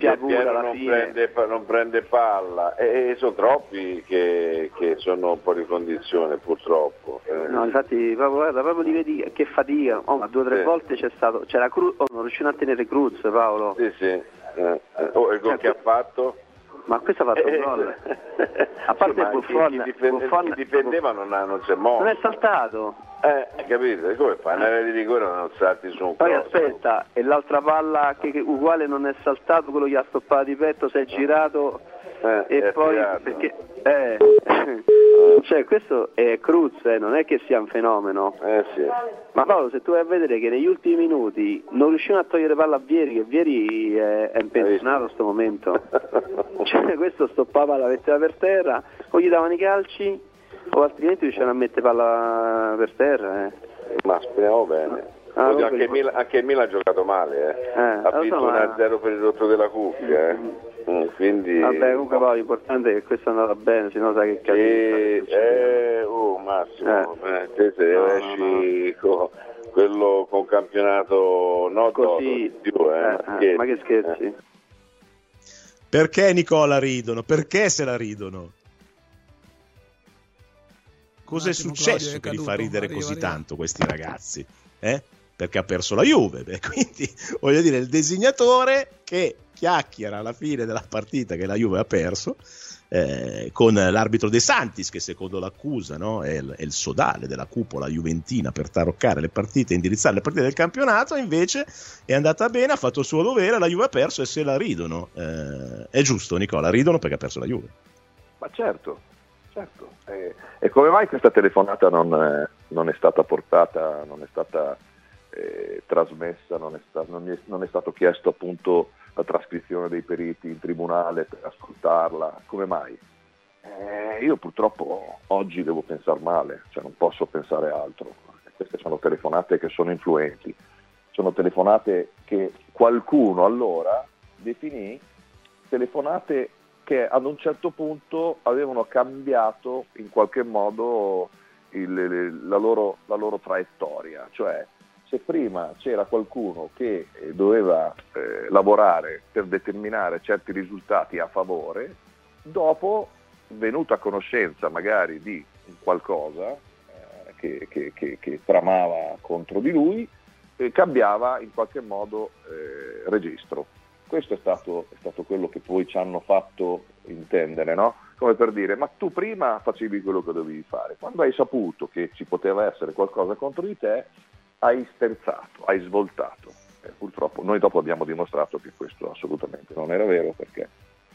non prende palla e sono troppi che sono un po' di condizione, purtroppo. No, infatti proprio di vedi che fatica, ma 2 o 3 volte c'era Cruz, non riuscivano a tenere Cruz, Paolo. Sì. Il gol che ha fatto? Ma questo ha fatto un gol. A parte Buffon, chi difendeva non c'è modo. Non è saltato. Capito? Come fai? In area di rigore non salti su un poi aspetta, e l'altra palla che uguale non è saltato, quello che ha stoppato di petto, si è girato e poi tirato. Perché cioè questo è Cruz, non è che sia un fenomeno. Sì. Ma Paolo, se tu vai a vedere che negli ultimi minuti non riuscivano a togliere palla a Vieri, che Vieri è impensionato a sto momento. Cioè questo stoppava la metteva per terra, o gli davano i calci o altrimenti riuscivano a mettere palla per terra. Ma speriamo bene. Anche il Milan ha giocato male, ha vinto 1-0 per il rotto della cuffia. Quindi vabbè, comunque poi l'importante è che questo è andato bene, sennò sai che Massimo, te se esci quello con campionato così più, ma che scherzi. Perché Nicola ridono? Perché se la ridono? Cosa è successo che li fa ridere così tanto questi ragazzi? Perché ha perso la Juve, quindi voglio dire, il designatore che chiacchiera alla fine della partita che la Juve ha perso con l'arbitro De Santis, che secondo l'accusa, no, è il sodale della cupola juventina per taroccare le partite, indirizzare le partite del campionato, invece è andata bene, ha fatto il suo dovere, la Juve ha perso e se la ridono. È giusto, Nicola, ridono perché ha perso la Juve. Ma certo. E come mai questa telefonata non è stata portata, non è stata trasmessa, non è stato chiesto appunto la trascrizione dei periti in tribunale per ascoltarla? Come mai? Io purtroppo oggi devo pensare male, cioè non posso pensare altro. Queste sono telefonate che sono influenti, sono telefonate che qualcuno allora definì telefonate che ad un certo punto avevano cambiato in qualche modo la loro traiettoria, cioè se prima c'era qualcuno che doveva lavorare per determinare certi risultati a favore, dopo, venuto a conoscenza magari di qualcosa che tramava contro di lui, cambiava in qualche modo registro. Questo è stato quello che poi ci hanno fatto intendere, no? Come per dire, ma tu prima facevi quello che dovevi fare, quando hai saputo che ci poteva essere qualcosa contro di te, hai sterzato, hai svoltato. Purtroppo noi dopo abbiamo dimostrato che questo assolutamente non era vero, perché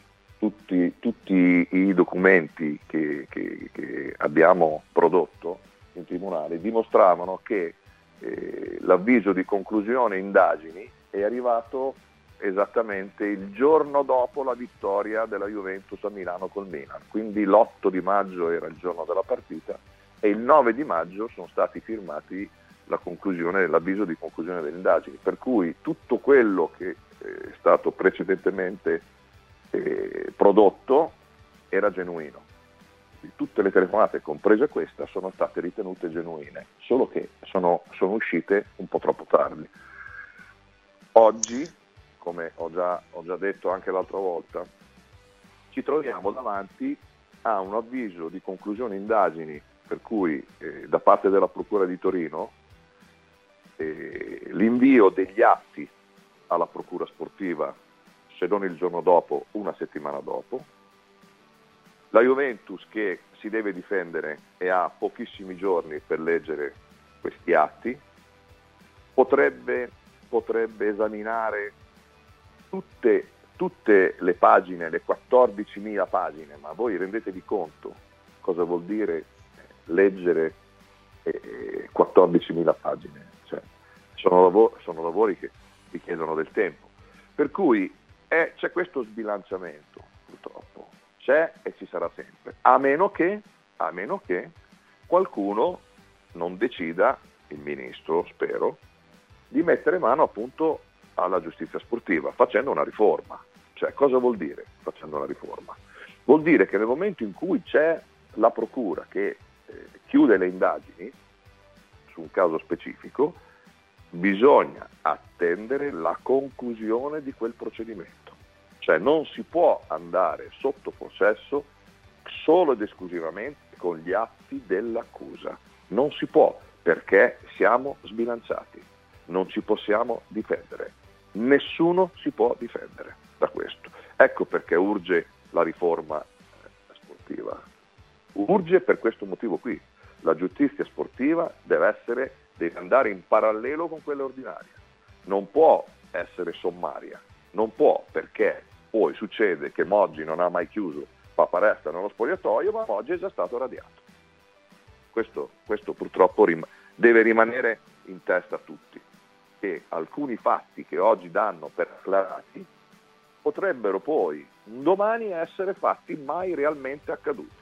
tutti i documenti che abbiamo prodotto in tribunale dimostravano che l'avviso di conclusione indagini è arrivato esattamente il giorno dopo la vittoria della Juventus a Milano col Milan, quindi l'8 di maggio era il giorno della partita e il 9 di maggio sono stati firmati l'avviso di conclusione delle indagini, per cui tutto quello che è stato precedentemente prodotto era genuino. Tutte le telefonate, comprese questa, sono state ritenute genuine, solo che sono uscite un po' troppo tardi. Oggi, come ho già detto anche l'altra volta, ci troviamo davanti a un avviso di conclusione indagini per cui da parte della Procura di Torino l'invio degli atti alla Procura Sportiva, se non il giorno dopo, una settimana dopo, la Juventus che si deve difendere e ha pochissimi giorni per leggere questi atti, potrebbe esaminare tutte le pagine, le 14.000 pagine, ma voi rendetevi conto cosa vuol dire leggere 14.000 pagine, cioè, sono lavori che richiedono del tempo, per cui c'è questo sbilanciamento, purtroppo c'è e ci sarà sempre, a meno che qualcuno non decida il ministro, spero, di mettere mano appunto alla giustizia sportiva facendo una riforma. Cioè, cosa vuol dire facendo una riforma? Vuol dire che nel momento in cui c'è la procura che chiude le indagini su un caso specifico, bisogna attendere la conclusione di quel procedimento. Cioè non si può andare sotto processo solo ed esclusivamente con gli atti dell'accusa. Non si può, perché siamo sbilanciati, non ci possiamo difendere. Nessuno si può difendere da questo. Ecco perché urge la riforma sportiva. Urge per questo motivo qui. La giustizia sportiva deve andare in parallelo con quella ordinaria. Non può essere sommaria. Non può, perché poi succede che Moggi non ha mai chiuso Paparesta nello spogliatoio, ma Moggi è già stato radiato. Questo purtroppo deve rimanere in testa a tutti, che alcuni fatti che oggi danno per acclarati potrebbero poi domani essere fatti mai realmente accaduti.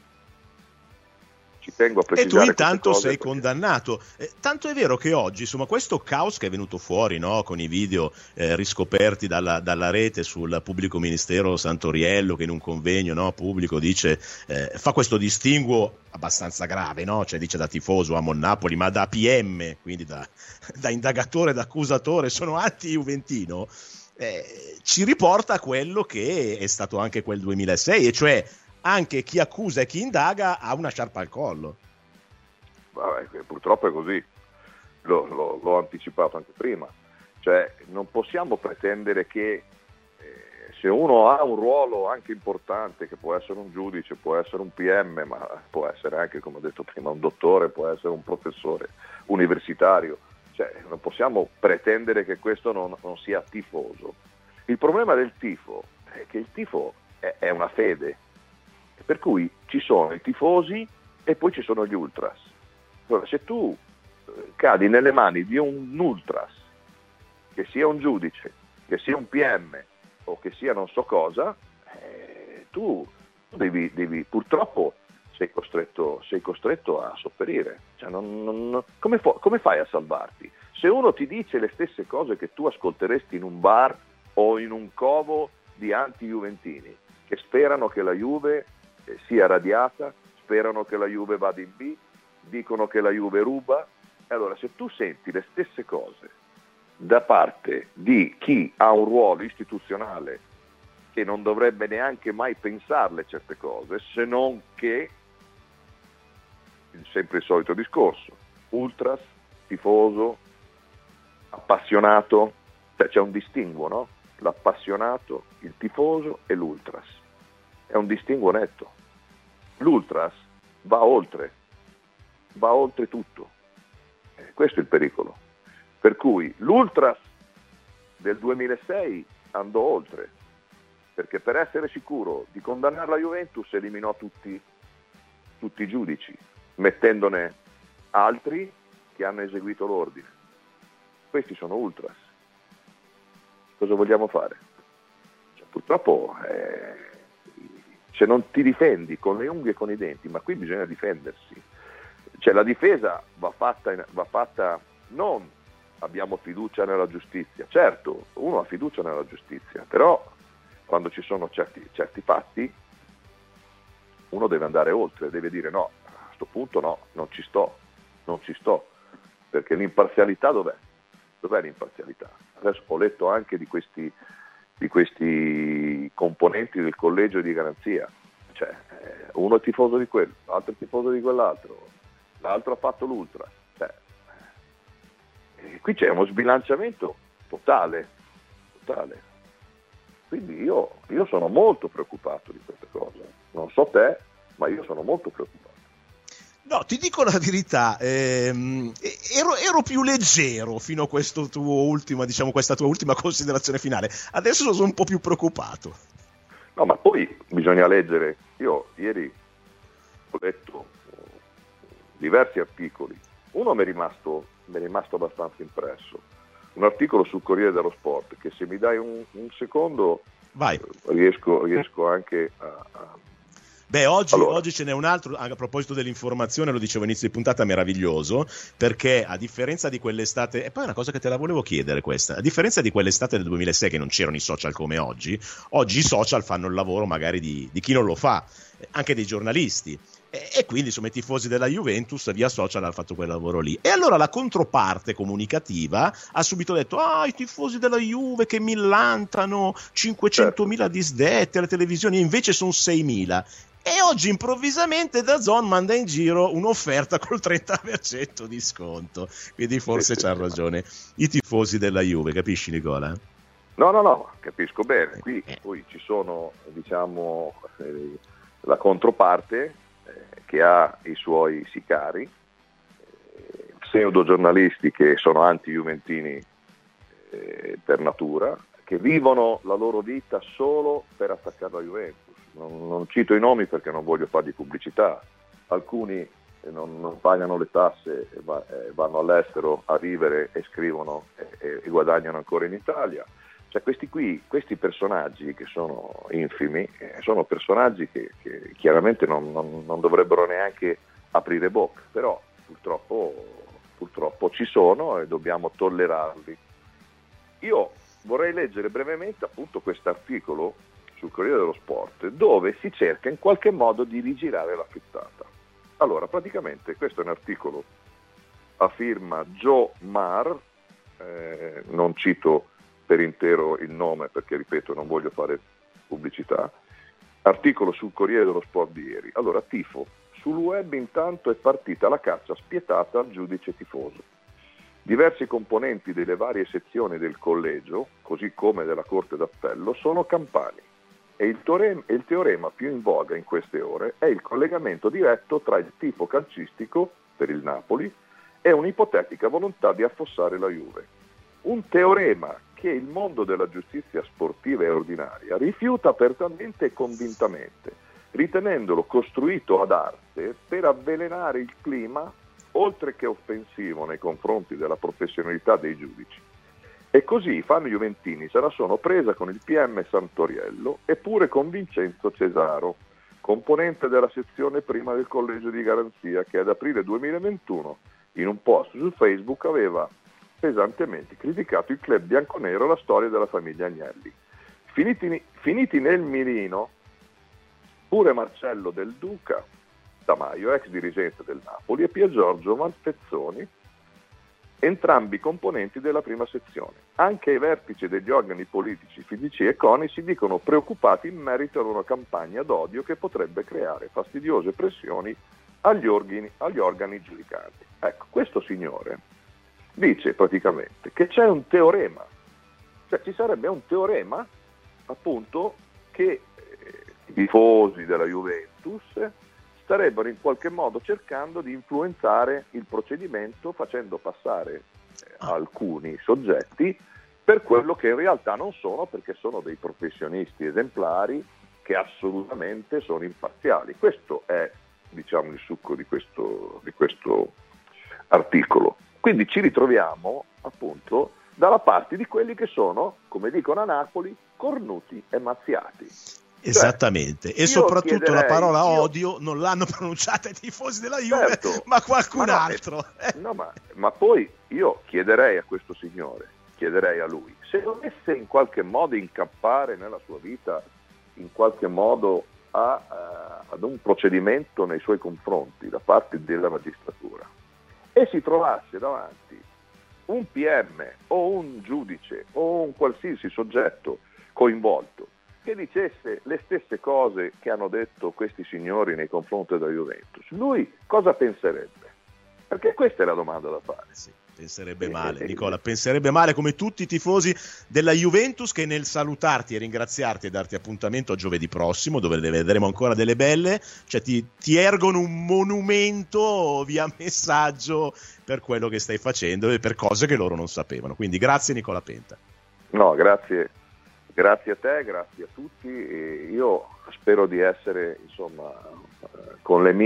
Ci tengo a precisare. E tu intanto sei condannato. Tanto è vero che oggi, insomma, questo caos che è venuto fuori, no, con i video riscoperti dalla rete sul pubblico ministero Santoriello, che in un convegno, no, pubblico dice, fa questo distinguo abbastanza grave, no? Cioè dice da tifoso amo il Napoli, ma da PM, quindi da indagatore, da accusatore, sono anti-juventino, ci riporta a quello che è stato anche quel 2006, e cioè anche chi accusa e chi indaga ha una sciarpa al collo. Vabbè, purtroppo è così, l'ho anticipato anche prima. Cioè non possiamo pretendere che se uno ha un ruolo anche importante, che può essere un giudice, può essere un PM, ma può essere anche, come ho detto prima, un dottore, può essere un professore universitario, cioè non possiamo pretendere che questo non sia tifoso. Il problema del tifo è che il tifo è una fede, per cui ci sono i tifosi e poi ci sono gli ultras. Allora, se tu cadi nelle mani di un ultras, che sia un giudice, che sia un PM o che sia non so cosa, tu devi purtroppo sei costretto a sopperire. Cioè, come fai a salvarti? Se uno ti dice le stesse cose che tu ascolteresti in un bar o in un covo di anti-juventini, che sperano che la Juve sia radiata, sperano che la Juve vada in B, dicono che la Juve ruba, e allora se tu senti le stesse cose da parte di chi ha un ruolo istituzionale che non dovrebbe neanche mai pensarle certe cose, se non che sempre il solito discorso, ultras, tifoso, appassionato, cioè c'è un distinguo, no? L'appassionato, il tifoso e l'ultras, è un distinguo netto. L'ultras va oltre tutto, questo è il pericolo, per cui l'ultras del 2006 andò oltre, perché per essere sicuro di condannare la Juventus eliminò tutti i giudici, mettendone altri che hanno eseguito l'ordine. Questi sono ultras. Cosa vogliamo fare? Cioè, purtroppo se non ti difendi con le unghie e con i denti, ma qui bisogna difendersi. Cioè la difesa va fatta non abbiamo fiducia nella giustizia. Certo, uno ha fiducia nella giustizia, però quando ci sono certi fatti uno deve andare oltre, deve dire no, a questo punto no, non ci sto, perché l'imparzialità dov'è? Dov'è l'imparzialità? Adesso ho letto anche di questi componenti del collegio di garanzia, cioè uno è tifoso di quello, l'altro è tifoso di quell'altro, l'altro ha fatto l'ultra, cioè, qui c'è uno sbilanciamento totale, quindi io sono molto preoccupato di queste cose, non so te, ma io sono molto preoccupato. No, ti dico la verità, ero più leggero fino a questa tua ultima considerazione finale. Adesso sono un po' più preoccupato. No, ma poi bisogna leggere. Io ieri ho letto diversi articoli. Uno mi è rimasto abbastanza impresso. Un articolo sul Corriere dello Sport, che se mi dai un secondo vai. Riesco anche Beh, oggi ce n'è un altro, a proposito dell'informazione, lo dicevo inizio di puntata, meraviglioso, perché a differenza di quell'estate, e poi è una cosa che te la volevo chiedere questa, a differenza di quell'estate del 2006 che non c'erano i social come oggi i social fanno il lavoro magari di chi non lo fa, anche dei giornalisti. E quindi insomma i tifosi della Juventus via social hanno fatto quel lavoro lì, e allora la controparte comunicativa ha subito detto: i tifosi della Juve che millantano 500.000 disdetti alle televisioni, invece sono 6.000. E oggi improvvisamente DAZN manda in giro un'offerta col 30% di sconto, quindi forse c'ha ragione i tifosi della Juve, capisci Nicola? No, capisco bene. Qui poi ci sono, diciamo, la controparte che ha i suoi sicari, pseudo giornalisti che sono anti-juventini per natura, che vivono la loro vita solo per attaccare la Juventus. Non cito i nomi perché non voglio fargli pubblicità. Alcuni non pagano le tasse, vanno all'estero a vivere e scrivono e guadagnano ancora in Italia. Cioè questi personaggi che sono infimi, sono personaggi che chiaramente non dovrebbero neanche aprire bocca, però purtroppo ci sono e dobbiamo tollerarli. Io vorrei leggere brevemente appunto quest'articolo sul Corriere dello Sport, dove si cerca in qualche modo di rigirare la frittata. Allora, praticamente questo è un articolo a firma Joe Marr, non cito per intero il nome perché, ripeto, non voglio fare pubblicità, articolo sul Corriere dello Sport di ieri. Allora, tifo. Sul web intanto è partita la caccia spietata al giudice tifoso. Diversi componenti delle varie sezioni del collegio, così come della Corte d'Appello, sono campani. E il teorema più in voga in queste ore è il collegamento diretto tra il tifo calcistico per il Napoli e un'ipotetica volontà di affossare la Juve. Un teorema che il mondo della giustizia sportiva e ordinaria rifiuta apertamente e convintamente, ritenendolo costruito ad arte per avvelenare il clima, oltre che offensivo nei confronti della professionalità dei giudici. E così i fan juventini se la sono presa con il PM Santoriello e pure con Vincenzo Cesaro, componente della sezione prima del collegio di garanzia, che ad aprile 2021 in un post su Facebook aveva pesantemente criticato il club bianconero e la storia della famiglia Agnelli. Finiti nel mirino pure Marcello Del Duca Tamaio, ex dirigente del Napoli, e Pier Giorgio Malpezzoni, entrambi componenti della prima sezione. Anche i vertici degli organi politici FIGC e CONI si dicono preoccupati in merito ad una campagna d'odio che potrebbe creare fastidiose pressioni agli organi giudicanti. Ecco, questo signore dice praticamente che c'è un teorema, cioè ci sarebbe un teorema appunto che i tifosi della Juventus starebbero in qualche modo cercando di influenzare il procedimento, facendo passare alcuni soggetti per quello che in realtà non sono, perché sono dei professionisti esemplari che assolutamente sono imparziali. Questo è, diciamo, il succo di questo articolo. Quindi ci ritroviamo appunto dalla parte di quelli che sono, come dicono a Napoli, cornuti e mazziati. Esattamente, e soprattutto la parola odio non l'hanno pronunciata i tifosi della Juve, certo, ma qualcun altro. Ma poi io chiederei a questo signore, chiederei a lui, se dovesse in qualche modo incappare nella sua vita, in qualche modo ad un procedimento nei suoi confronti da parte della magistratura, e si trovasse davanti un PM o un giudice o un qualsiasi soggetto coinvolto che dicesse le stesse cose che hanno detto questi signori nei confronti della Juventus, lui cosa penserebbe? Perché questa è la domanda da fare. Sì, penserebbe male, Nicola, penserebbe male, come tutti i tifosi della Juventus, che nel salutarti e ringraziarti e darti appuntamento a giovedì prossimo, dove ne vedremo ancora delle belle, cioè ti ergono un monumento via messaggio per quello che stai facendo e per cose che loro non sapevano. Quindi grazie Nicola Penta. No, grazie a te, grazie a tutti, e io spero di essere, insomma, con le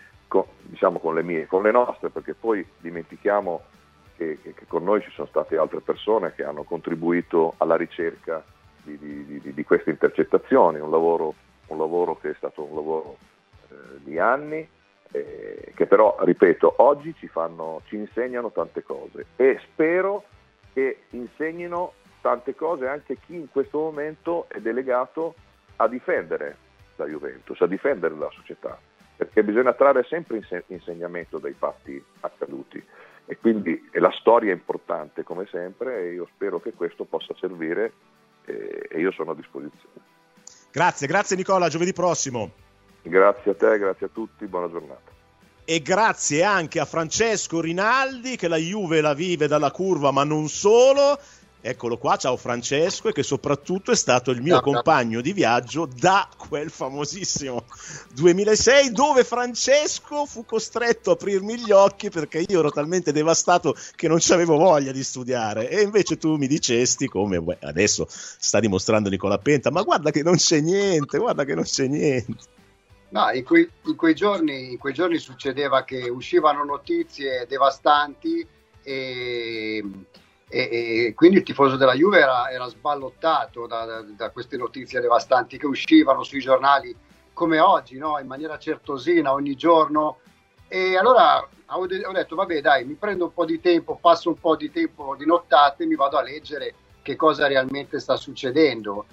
nostre, perché poi dimentichiamo che con noi ci sono state altre persone che hanno contribuito alla ricerca di queste intercettazioni, un lavoro che è stato un lavoro di anni, che però, ripeto, oggi ci insegnano tante cose, e spero che insegnino tante cose anche chi in questo momento è delegato a difendere la Juventus, a difendere la società, perché bisogna trarre sempre insegnamento dai fatti accaduti, e quindi la storia è importante come sempre, e io spero che questo possa servire, e io sono a disposizione. Grazie Nicola, giovedì prossimo. Grazie a te, grazie a tutti, buona giornata. E grazie anche a Francesco Rinaldi, che la Juve la vive dalla curva, ma non solo. Eccolo qua, ciao Francesco, e che soprattutto è stato il mio compagno di viaggio da quel famosissimo 2006, dove Francesco fu costretto a aprirmi gli occhi perché io ero talmente devastato che non c'avevo voglia di studiare, e invece tu mi dicesti, come adesso sta dimostrando Nicola Penta, ma guarda che non c'è niente. No, in quei giorni succedeva che uscivano notizie devastanti, e quindi il tifoso della Juve era sballottato da queste notizie devastanti che uscivano sui giornali come oggi, no? In maniera certosina ogni giorno. E allora ho detto vabbè dai, mi prendo un po' di tempo, passo un po' di tempo di nottate, mi vado a leggere che cosa realmente sta succedendo,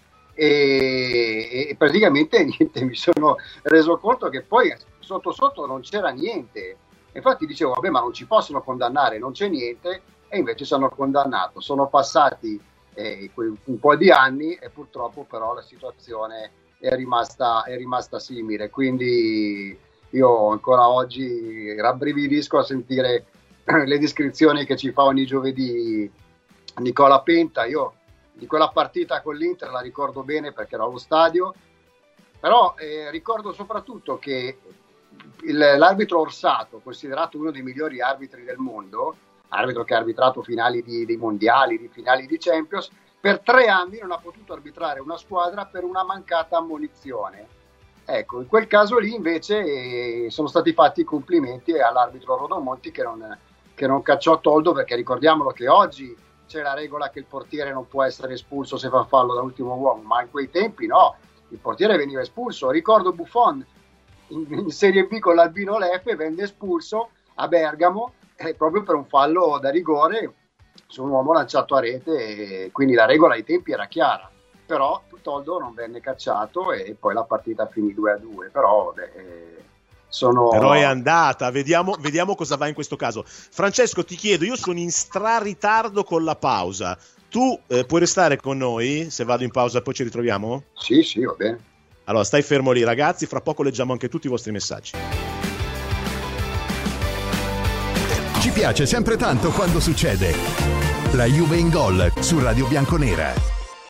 e praticamente niente, mi sono reso conto che poi sotto sotto non c'era niente. Infatti dicevo vabbè, ma non ci possono condannare, non c'è niente. E invece sono condannato. Sono passati un po' di anni, e purtroppo però la situazione è rimasta simile. Quindi io ancora oggi rabbrividisco a sentire le descrizioni che ci fa ogni giovedì Nicola Penta. Io di quella partita con l'Inter la ricordo bene perché ero allo stadio, però ricordo soprattutto che l'arbitro Orsato, considerato uno dei migliori arbitri del mondo, arbitro che ha arbitrato finali di mondiali, di finali di Champions, per 3 anni non ha potuto arbitrare una squadra per una mancata ammonizione. Ecco, in quel caso lì invece sono stati fatti i complimenti all'arbitro Rodomonti che non cacciò Toldo, perché ricordiamolo che oggi c'è la regola che il portiere non può essere espulso se fa fallo da ultimo uomo, ma in quei tempi no, il portiere veniva espulso. Ricordo Buffon in Serie B con l'Albino Leffe venne espulso a Bergamo, proprio per un fallo da rigore su un uomo lanciato a rete, e quindi la regola ai tempi era chiara, però Toldo non venne cacciato e poi la partita finì 2-2, però però è andata, vediamo cosa va in questo caso. Francesco, ti chiedo, io sono in ritardo con la pausa, tu puoi restare con noi se vado in pausa, poi ci ritroviamo? Sì, va bene. Allora stai fermo lì ragazzi, fra poco leggiamo anche tutti i vostri messaggi. Ci piace sempre tanto quando succede. La Juve in Gol su Radio Bianconera.